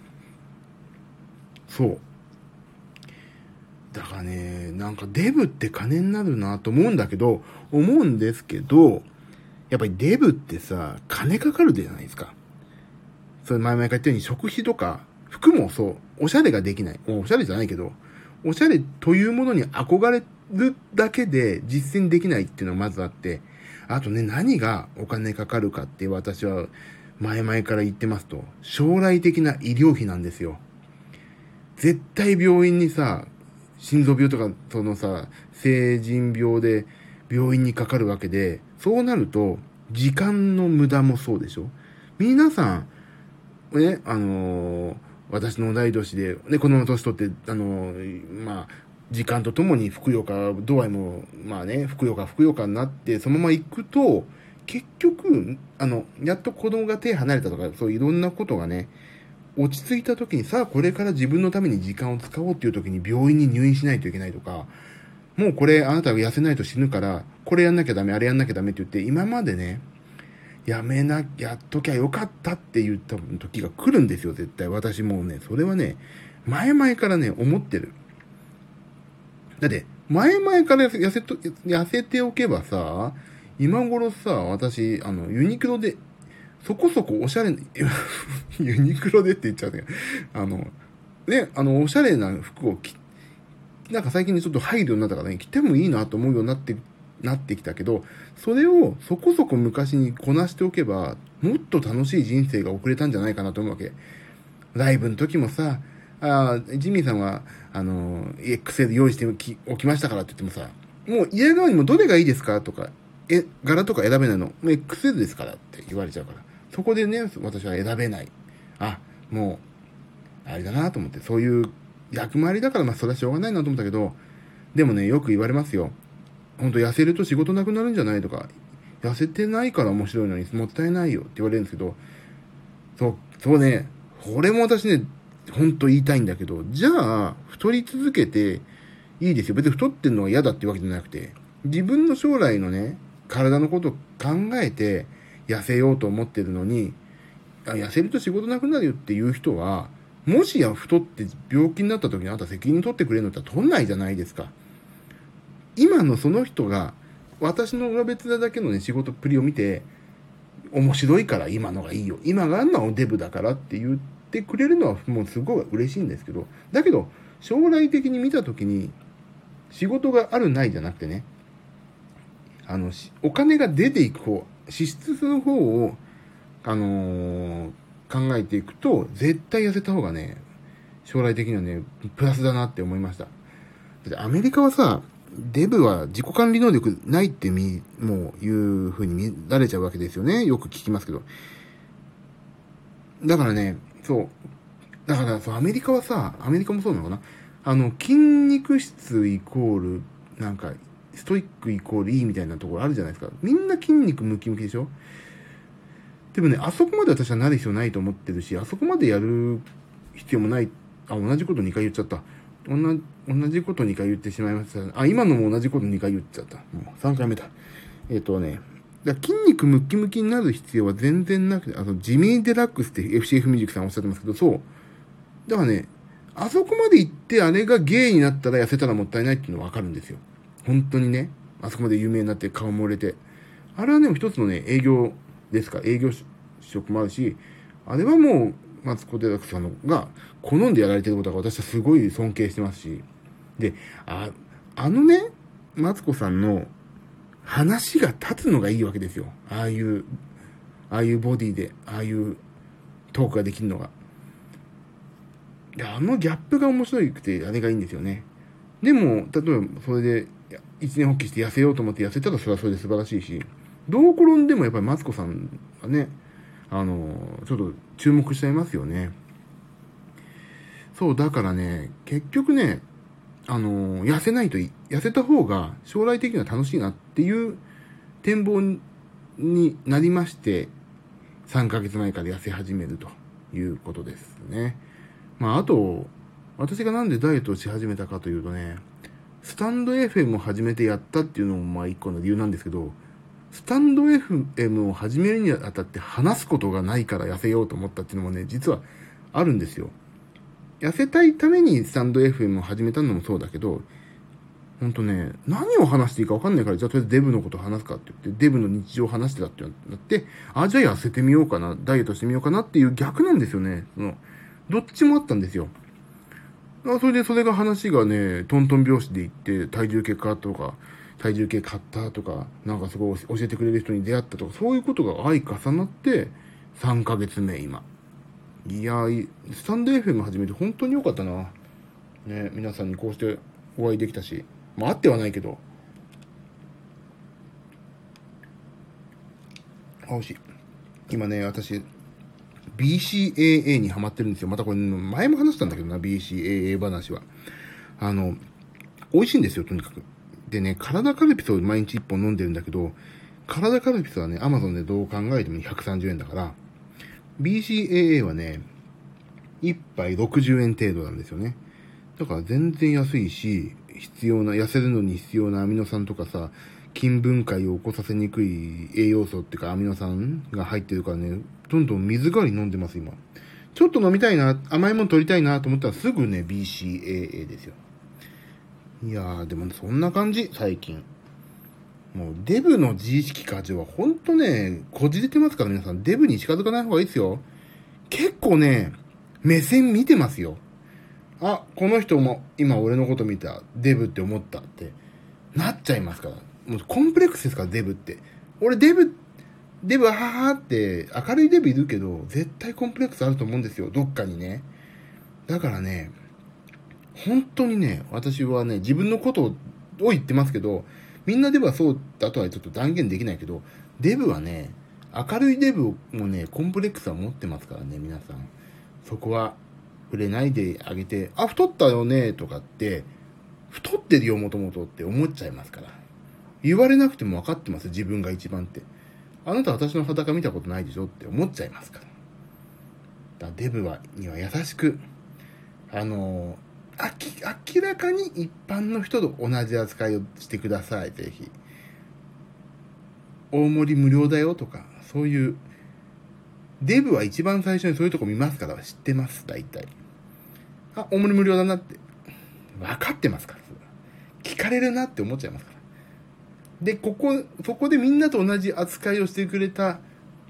[SPEAKER 1] そう。だからね、なんかデブって金になるなと思うんだけど、思うんですけど、やっぱりデブってさ、金かかるじゃないですか。それ前々から言ったように食費とか、服もそう、おしゃれができない。おしゃれじゃないけど、おしゃれというものに憧れるだけで実践できないっていうのがまずあって、あとね、何がお金かかるかって私は前々から言ってますと、将来的な医療費なんですよ。絶対病院にさ、心臓病とか、そのさ、成人病で病院にかかるわけで、そうなると、時間の無駄もそうでしょ。皆さん、ね、あのー、私の同い年で、ね、この年取って、あのー、まあ、時間とともにふくよか度合いも、まあね、ふくよかふくよかになって、そのまま行くと、結局、あの、やっと子供が手離れたとか、そういろんなことがね、落ち着いた時にさあこれから自分のために時間を使おうっていう時に病院に入院しないといけないとか、もうこれあなたが痩せないと死ぬから、これやんなきゃダメ、あれやんなきゃダメって言って、今までね、やめな、やっときゃよかったって言った時が来るんですよ、絶対。私もうね、それはね、前々からね、思ってる。だって、前々から痩せと、痩せておけばさ、今頃さ、私、あの、ユニクロで、そこそこおしゃれな、ユニクロでって言っちゃうけど、あの、ね、あの、おしゃれな服を着、なんか最近ちょっと入るようになったからね、着てもいいなと思うようになって、なってきたけど、それをそこそこ昔にこなしておけば、もっと楽しい人生が送れたんじゃないかなと思うわけ。ライブの時もさ、あジミーさんは、あの、エックスエル 用意しておきおきましたからって言ってもさ、もう家側にもどれがいいですかとか、え、柄とか選べないの、もう エックスエル ですからって言われちゃうから。そこでね、私は選べない。あ、もう、あれだなと思って、そういう役回りだから、まあそれはしょうがないなと思ったけど、でもね、よく言われますよ。ほんと痩せると仕事なくなるんじゃないとか、痩せてないから面白いのにもったいないよって言われるんですけど、そう、そうね、これも私ね、ほんと言いたいんだけど、じゃあ、太り続けていいですよ。別に太ってんのが嫌だってわけじゃなくて、自分の将来のね、体のことを考えて痩せようと思ってるのに、あ痩せると仕事なくなるよっていう人は、もしや太って病気になった時にあなた責任取ってくれるのって取んないじゃないですか。今のその人が、私の裏別だけのね、仕事っぷりを見て、面白いから今のがいいよ。今があんのはデブだからって言ってくれるのはもうすごい嬉しいんですけど、だけど、将来的に見た時に、仕事があるないじゃなくてね、あの、お金が出ていく方、支出する方を、あのー、考えていくと、絶対痩せた方がね、将来的にはね、プラスだなって思いました。だってアメリカはさ、デブは自己管理能力ないってみ、もういう風に見られちゃうわけですよね。よく聞きますけど。だからね、そう。だからそう、アメリカはさ、アメリカもそうなのかな。あの、筋肉質イコール、なんか、ストイックイコールいいみたいなところあるじゃないですか。みんな筋肉ムキムキでしょ。でもね、あそこまで私はなる必要ないと思ってるし、あそこまでやる必要もない。あ、同じことにかい言っちゃった。同じ、同じことにかい言ってしまいました。あ、今のも同じことにかい言っちゃった。もうさんかいめだ。えっとね、だ筋肉ムキムキになる必要は全然なくて、あの、ジミー・デラックスって エフシーエフ ミュージックさんおっしゃってますけど、そう。だからね、あそこまで行ってあれがゲイになったら痩せたらもったいないっていうのはわかるんですよ。本当にね。あそこまで有名になって顔も売れて。あれはね、一つのね、営業ですか。営業職もあるし、あれはもう、マツコ・デラックスさんのが好んでやられてることが私はすごい尊敬してますし。で、あ、あのね、マツコさんの話が立つのがいいわけですよ。ああいう、ああいうボディで、ああいうトークができるのが。で、あのギャップが面白くて、あれがいいんですよね。でも、例えばそれで一年発起して痩せようと思って痩せたらそれはそれで素晴らしいし、どう転んでもやっぱりマツコさんがね、あの、ちょっと注目しちゃいますよね。そう、だからね、結局ね、あの、痩せないといい。痩せた方が将来的には楽しいなっていう展望になりまして、 さんかげつまえから痩せ始めるということですね。まああと、私がなんでダイエットをし始めたかというとね、スタンド エフエム を始めてやったっていうのもまあ一個の理由なんですけど、スタンド エフエム を始めるにあたって話すことがないから痩せようと思ったっていうのもね、実はあるんですよ。痩せたいためにスタンド エフエム を始めたのもそうだけど、ほんとね、何を話していいか分かんないから、じゃあとりあえずデブのこと話すかって言って、デブの日常を話してたってなって、あ、じゃあ痩せてみようかな、ダイエットしてみようかなっていう逆なんですよね。その、どっちもあったんですよ。あ、それでそれが話がね、トントン拍子でいって、体重計買ったとか、体重計買ったとか、なんかすごい教えてくれる人に出会ったとか、そういうことが相重なって、さんかげつめ今。いやー、スタンド エフエム 始めて本当に良かったな。ね、皆さんにこうしてお会いできたし、まあ、会ってはないけど。あ、美味しい。今ね、私、ビーシーエーエー にハマってるんですよ。またこれ、前も話したんだけどな、ビーシーエーエー 話は。あの、美味しいんですよ、とにかく。でね、カラダカルピスを毎日いっぽん飲んでるんだけど、カラダカルピスはね、アマゾンでどう考えてもひゃくさんじゅうえんだから、ビーシーエーエー はね、いっぱいろくじゅうえん程度なんですよね。だから全然安いし、必要な、痩せるのに必要なアミノ酸とかさ、筋分解を起こさせにくい栄養素っていうかアミノ酸が入ってるからね、どんどん水代わり飲んでます、今。ちょっと飲みたいな、甘いもの取りたいなと思ったらすぐね、ビーシーエーエー ですよ。いやー、でもそんな感じ、最近。もうデブの自意識過剰はほんとね、こじれてますから皆さん、デブに近づかない方がいいですよ。結構ね、目線見てますよ。あ、この人も今俺のこと見た、デブって思ったってなっちゃいますから。もうコンプレックスですから、デブって。俺デブ、デブはははって明るいデブいるけど、絶対コンプレックスあると思うんですよ、どっかにね。だからね、本当にね、私はね、自分のことを言ってますけど、みんなデブはそうだとはちょっと断言できないけど、デブはね、明るいデブもね、コンプレックスは持ってますからね、皆さん。そこは触れないであげて、あ、太ったよね、とかって、太ってるよ、もともとって思っちゃいますから。言われなくても分かってます、自分が一番って。あなた私の裸見たことないでしょって思っちゃいますから。だからデブは、には優しく、あのー、あき、明らかに一般の人と同じ扱いをしてください、ぜひ。大盛り無料だよとか、そういう、デブは一番最初にそういうとこ見ますから知ってます、大体。あ、大盛り無料だなって。分かってますから。聞かれるなって思っちゃいますから。で、ここ、そこでみんなと同じ扱いをしてくれた、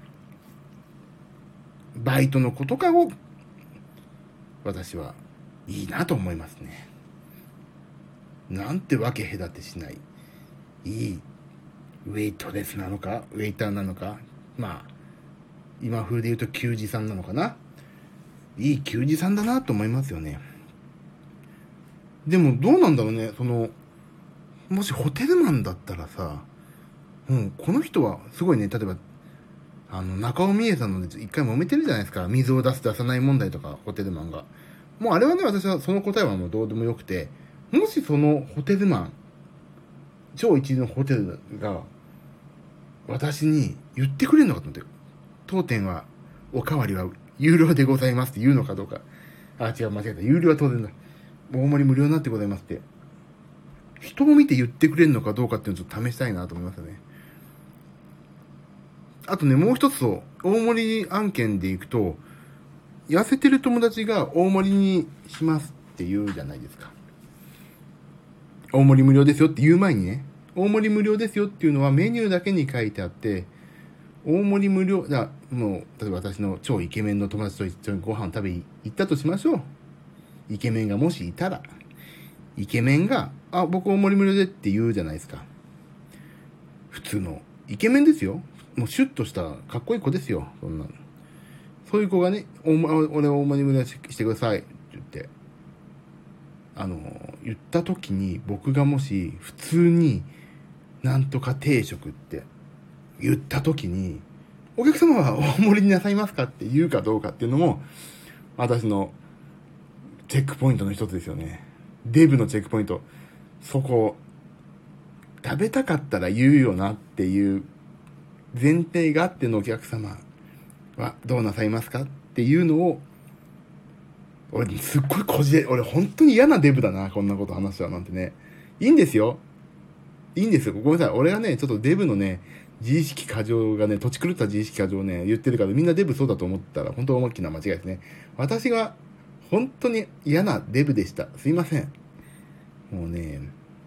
[SPEAKER 1] バイトの子とかを、私はいいなと思いますね。なんてわけ隔てしない。いい、ウェイトレスなのか、ウェイターなのか、まあ、今風で言うと給仕さんなのかな。いい給仕さんだなと思いますよね。でもどうなんだろうね、その、もしホテルマンだったらさ、うん、この人はすごいね、例えば、あの、中尾美恵さんの一回揉めてるじゃないですか。水を出す出さない問題とか、ホテルマンが。もうあれはね、私はその答えはもうどうでもよくて、もしそのホテルマン、超一流のホテルが、私に言ってくれるのかと思って、当店は、おかわりは有料でございますって言うのかどうか。あ、違う、間違えた。有料は当然だ。大盛り無料になってございますって。人を見て言ってくれるのかどうかっていうのをちょっと試したいなと思いますよね。あとね、もう一つと、大盛り案件で行くと、痩せてる友達が大盛りにしますって言うじゃないですか。大盛り無料ですよって言う前にね、大盛り無料ですよっていうのはメニューだけに書いてあって、大盛り無料、じゃあ、もう、例えば私の超イケメンの友達と一緒にご飯食べ行ったとしましょう。イケメンがもしいたら、イケメンが、あ、僕大盛り無料でって言うじゃないですか。普通の、イケメンですよ。もうシュッとしたかっこいい子ですよ、そんなの。そういう子がね、お俺大盛り無料してくださいって言って、あの、言った時に僕がもし普通になんとか定食って言った時に、お客様は大盛りになさいますかって言うかどうかっていうのも、私のチェックポイントの一つですよね。デブのチェックポイント。そこ、食べたかったら言うよなっていう前提があってのお客様。 はどうなさいますかっていうのを、俺すっごいこじれ、俺本当に嫌なデブだな、こんなこと話しちゃうなんてね。いいんですよ。いいんですよ。ごめんなさい。俺がね、ちょっとデブのね、自意識過剰がね、土地狂った自意識過剰をね、言ってるから、みんなデブそうだと思ったら、本当大きな間違いですね。私が、本当に嫌なデブでした。すいません。もうね、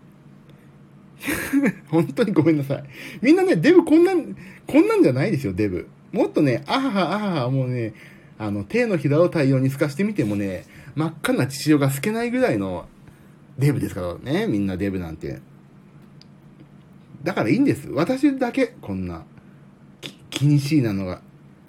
[SPEAKER 1] 本当にごめんなさい。みんなね、デブこんなん、こんなんじゃないですよ、デブ。もっとね、あはは、あはは、もうね、あの、手のひらを太陽に透かしてみてもね、真っ赤な血潮が透けないぐらいのデブですからね、みんなデブなんて。だからいいんです。私だけ、こんな、気にしいなのが。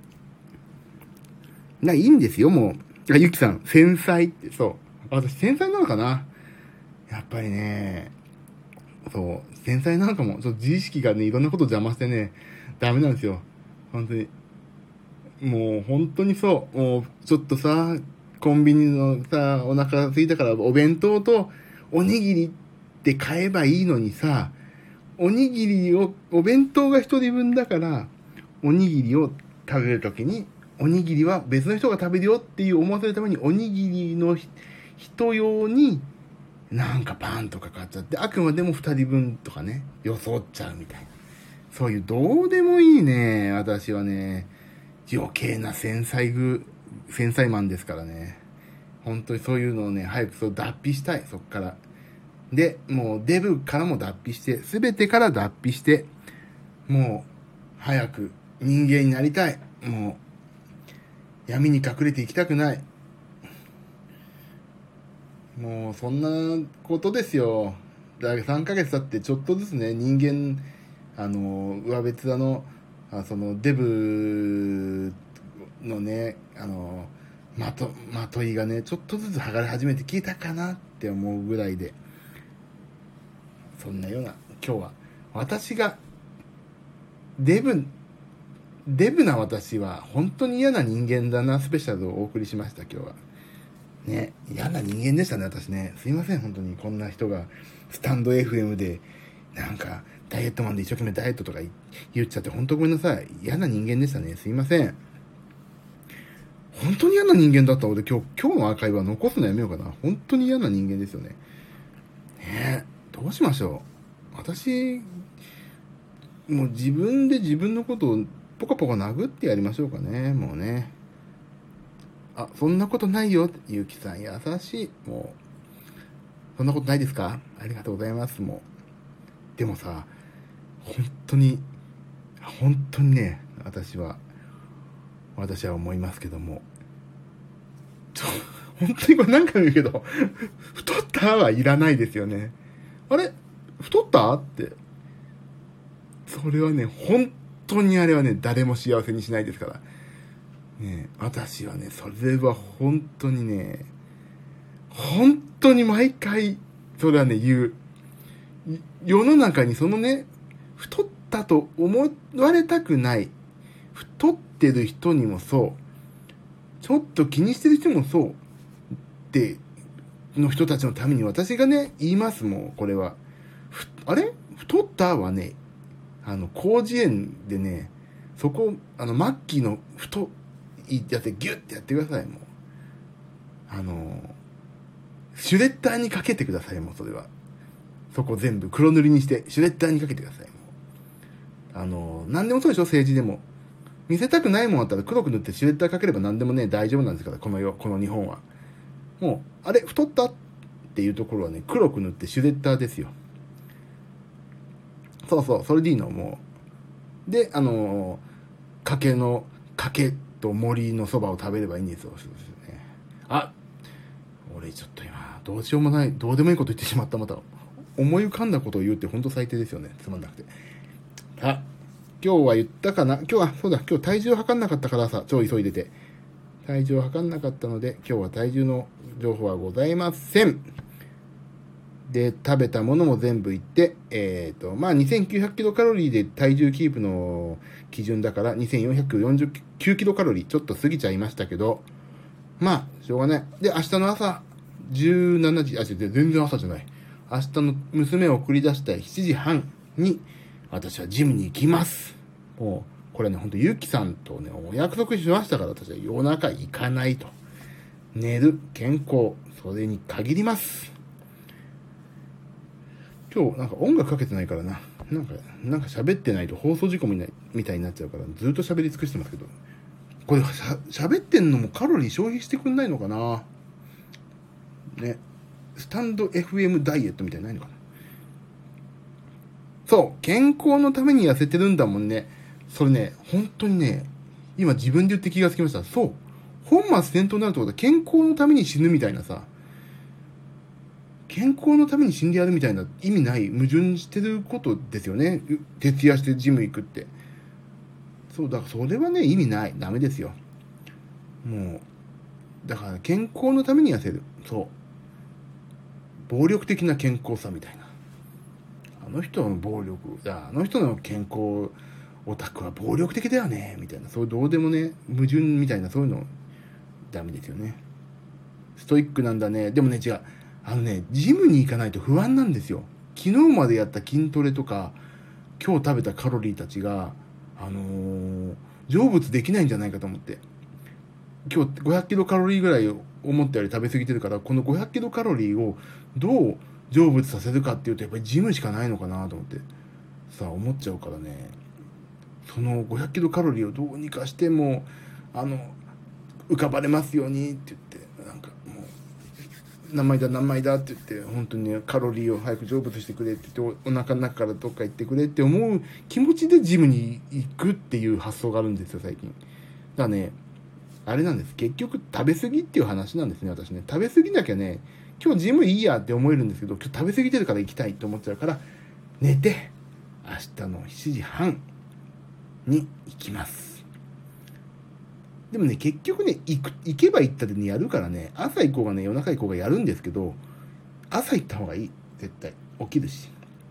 [SPEAKER 1] ないいんですよ、もう。あ、ゆきさん、繊細って、そう。私、繊細なのかな？やっぱりね、そう、繊細なのかも。ちょっと自意識がね、いろんなこと邪魔してね、ダメなんですよ。本当に。もう、本当にそう。もう、ちょっとさ、コンビニのさ、お腹空いたからお弁当とおにぎりって買えばいいのにさ、おにぎりを、お弁当が一人分だから、おにぎりを食べるときに、おにぎりは別の人が食べるよっていう思わせるために、おにぎりの人用に、なんかパンとか買っちゃって、あくまでも二人分とかね、装っちゃうみたいな。そういうどうでもいいね、私はね、余計な繊細具、繊細マンですからね。本当にそういうのをね、早くそう脱皮したい、そっから。で、もうデブからも脱皮して、すべてから脱皮して、もう、早く人間になりたい。もう、闇に隠れていきたくない。もう、そんなことですよ。だからさんかげつ経ってちょっとずつね、人間、あの、上別座の、あその、デブのね、あの、まと、まといがね、ちょっとずつ剥がれ始めてきたかなって思うぐらいで、そんなような、今日は、私が、デブ、デブな私は、本当に嫌な人間だな、スペシャルをお送りしました、今日は。ね、嫌な人間でしたね、私ね。すいません、本当に。こんな人が、スタンド エフエム で、なんか、ダイエットマンで一生懸命ダイエットとか言っちゃって、本当ごめんなさい。嫌な人間でしたね。すいません。本当に嫌な人間だったので、今日、今日のアーカイブは残すのやめようかな。本当に嫌な人間ですよね。ねえ、どうしましょう。私、もう自分で自分のことをポカポカ殴ってやりましょうかね。もうね。あ、そんなことないよ。ゆうきさん、優しい。もう、そんなことないですか？ありがとうございます。もう。でもさ、本当に、本当にね、私は、私は思いますけども、ちょ、本当にこれ何回も言うけど、太ったはいらないですよね。あれ太ったって。それはね、本当にあれはね、誰も幸せにしないですから。ね、私はね、それは本当にね、本当に毎回、それはね、言う。世の中にそのね、太ったと思われたくない。太ってる人にもそう。ちょっと気にしてる人もそう。って、の人たちのために私がね、言いますもん、これは。あれ太ったはね、あの、広辞苑でね、そこ、あの、マッキーの太いやつでギュッてやってください、もう。あの、シュレッダーにかけてください、もうそれは。そこ全部黒塗りにして、シュレッダーにかけてください、もう。あの、何でもそうでしょ、政治でも。見せたくないもんあったら黒く塗ってシュレッダーかければ何でもね、大丈夫なんですから、この世、この日本は。もう、あれ、太ったっていうところはね、黒く塗ってシュレッダーですよ。そうそう、それでいいの、もう。で、あの、かけの、かけと森のそばを食べればいいんですよ。そうですね。あ、俺ちょっと今、どうしようもない、どうでもいいこと言ってしまった。また、思い浮かんだことを言うって本当最低ですよね。つまんなくて。あ、今日は言ったかな？今日は、そうだ、今日体重を測んなかったからさ、超急いでて。体重を測んなかったので、今日は体重の情報はございません。で、食べたものも全部言って、えっと、まあ、にせんきゅうひゃくキロカロリーで体重キープの基準だから、にせんよんひゃくよんじゅうきゅうキロカロリー、ちょっと過ぎちゃいましたけど、まあ、しょうがない。で、明日の朝、じゅうしちじ、あ、全然朝じゃない。明日の娘を送り出したしちじはんに、私はジムに行きます。もこれね、ほんとゆきさんとね、お約束しましたから、私は夜中行かないと。寝る、健康、それに限ります。今日なんか音楽かけてないからな。なんか、なんか喋ってないと放送事故みたいみたいになっちゃうから、ずっと喋り尽くしてますけど。これしゃ、喋ってんのもカロリー消費してくんないのかなね。スタンド エフエム ダイエットみたいなのないのかな。そう、健康のために痩せてるんだもんね。それね、本当にね、今自分で言って気がつきました。そう。本末転倒になるってことは健康のために死ぬみたいなさ。健康のために死んでやるみたいな意味ない、矛盾してることですよね。徹夜してジム行くって。そう、だからそれはね、意味ない。ダメですよ。もう、だから健康のために痩せる。そう。暴力的な健康さみたいな。あの人の暴力、あの人の健康オタクは暴力的だよね、みたいな。そうどうでもね、矛盾みたいな、そういうの、ダメですよね。ストイックなんだね。でもね、違う。あのね、ジムに行かないと不安なんですよ。昨日までやった筋トレとか、今日食べたカロリーたちが、あのー、成仏できないんじゃないかと思って。今日ごひゃくキロカロリーぐらい思ったより食べ過ぎてるから、このごひゃくキロカロリーをどう成仏させるかっていうと、やっぱりジムしかないのかなと思って、さあ思っちゃうからね。そのごひゃくキロカロリーをどうにかしても、あの、浮かばれますようにって言って、なんかもう、何枚だ何枚だって言って、本当にね、カロリーを早く成仏してくれって言って、お腹の中からどっか行ってくれって思う気持ちでジムに行くっていう発想があるんですよ、最近。だからね、あれなんです。結局食べ過ぎっていう話なんですね、私ね。食べ過ぎなきゃね、今日ジムいいやって思えるんですけど、今日食べ過ぎてるから行きたいって思っちゃうから、寝て、明日のしちじはんに行きます。でもね、結局ね、行く、行けば行ったでね、やるからね、朝行こうがね、夜中行こうがやるんですけど、朝行った方がいい。絶対。起きるし。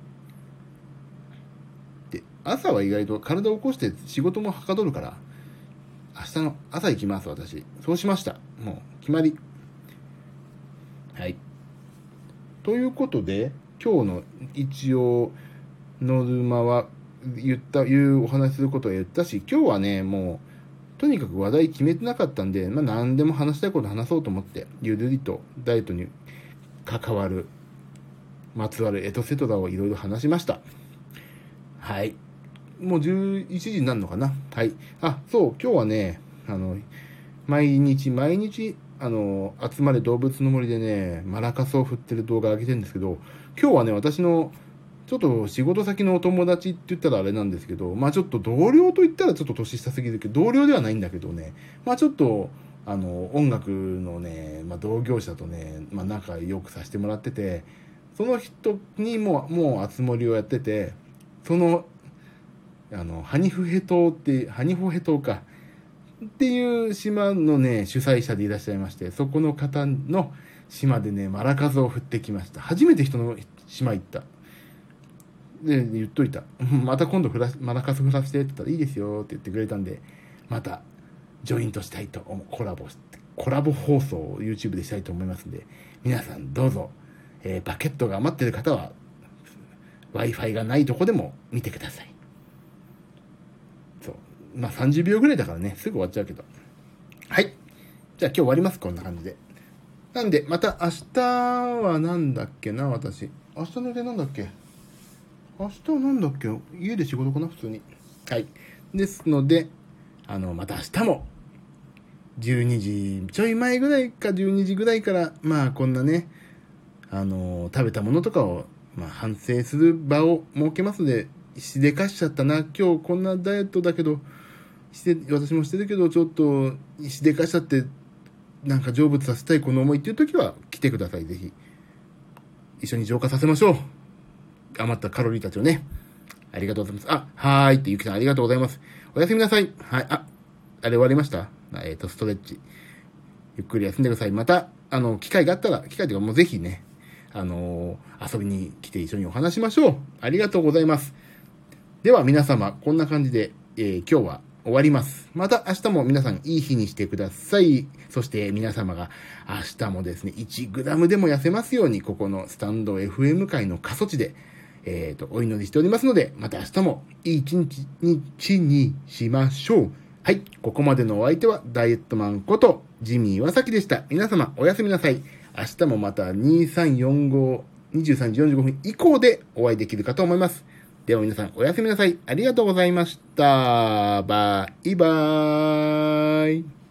[SPEAKER 1] で、朝は意外と体を起こして仕事もはかどるから、明日の朝行きます、私。そうしました。もう、決まり。はい。ということで、今日の一応、ノルマは言った、言うお話することは言ったし、今日はね、もう、とにかく話題決めてなかったんで、まあ何でも話したいこと話そうと思って、ゆるりとダイエットに関わる、まつわるエトセトラをいろいろ話しました。はい。もうじゅういちじになるのかな。はい。あ、そう、今日はね、あの、毎日毎日、あの、集まれ動物の森でね、マラカスを振ってる動画上げてるんですけど、今日はね、私の、ちょっと仕事先のお友達って言ったらあれなんですけど、まあちょっと同僚と言ったらちょっと年下すぎるけど、同僚ではないんだけどね、まあちょっと、あの、音楽のね、まあ同業者とね、まあ仲良くさせてもらってて、その人にも、もう集まりをやってて、その、あの、ハニフヘ島って、ハニホヘ島か、っていう島のね、主催者でいらっしゃいまして、そこの方の島でね、マラカスを振ってきました。初めて人の島行った。で、言っといた。また今度フラマラカス振らせてって言ったらいいですよって言ってくれたんで、またジョイントしたいと思う。コラボして、コラボ放送を YouTube でしたいと思いますんで、皆さんどうぞ、えー、バケットが余ってる方は、Wi-Fi がないとこでも見てください。そう。まあさんじゅうびょうぐらいだからね、すぐ終わっちゃうけど。はい。じゃあ今日終わります。こんな感じで。なんで、また明日はなんだっけな、私。明日の予定なんだっけ明日はなんだっけ家で仕事かな普通に。はい。ですので、あの、また明日も、じゅうにじちょい前ぐらいかじゅうにじぐらいから、まあこんなね、あの、食べたものとかを、まあ反省する場を設けますので、しでかしちゃったな。今日こんなダイエットだけど、して私もしてるけど、ちょっとしでかしちゃって、なんか成仏させたいこの思いっていう時は来てください、ぜひ。一緒に浄化させましょう。余ったカロリーたちをね。ありがとうございます。あ、はーいってゆきさんありがとうございます。おやすみなさい。はい。あ、あれ終わりました？えっと、ストレッチ。ゆっくり休んでください。また、あの、機会があったら、機会というかもうぜひね、あのー、遊びに来て一緒にお話しましょう。ありがとうございます。では皆様、こんな感じで、えー、今日は終わります。また明日も皆さんいい日にしてください。そして皆様が明日もですね、いちグラムでも痩せますように、ここのスタンド エフエム 界の過疎地でえっと、お祈りしておりますので、また明日もいい一日にしましょう。はい。ここまでのお相手は、ダイエットマンこと、ジミー岩崎でした。皆様、おやすみなさい。明日もまたにさんよんご、にじゅうさんじよんじゅうごふん以降でお会いできるかと思います。では皆さん、おやすみなさい。ありがとうございました。バイバーイ。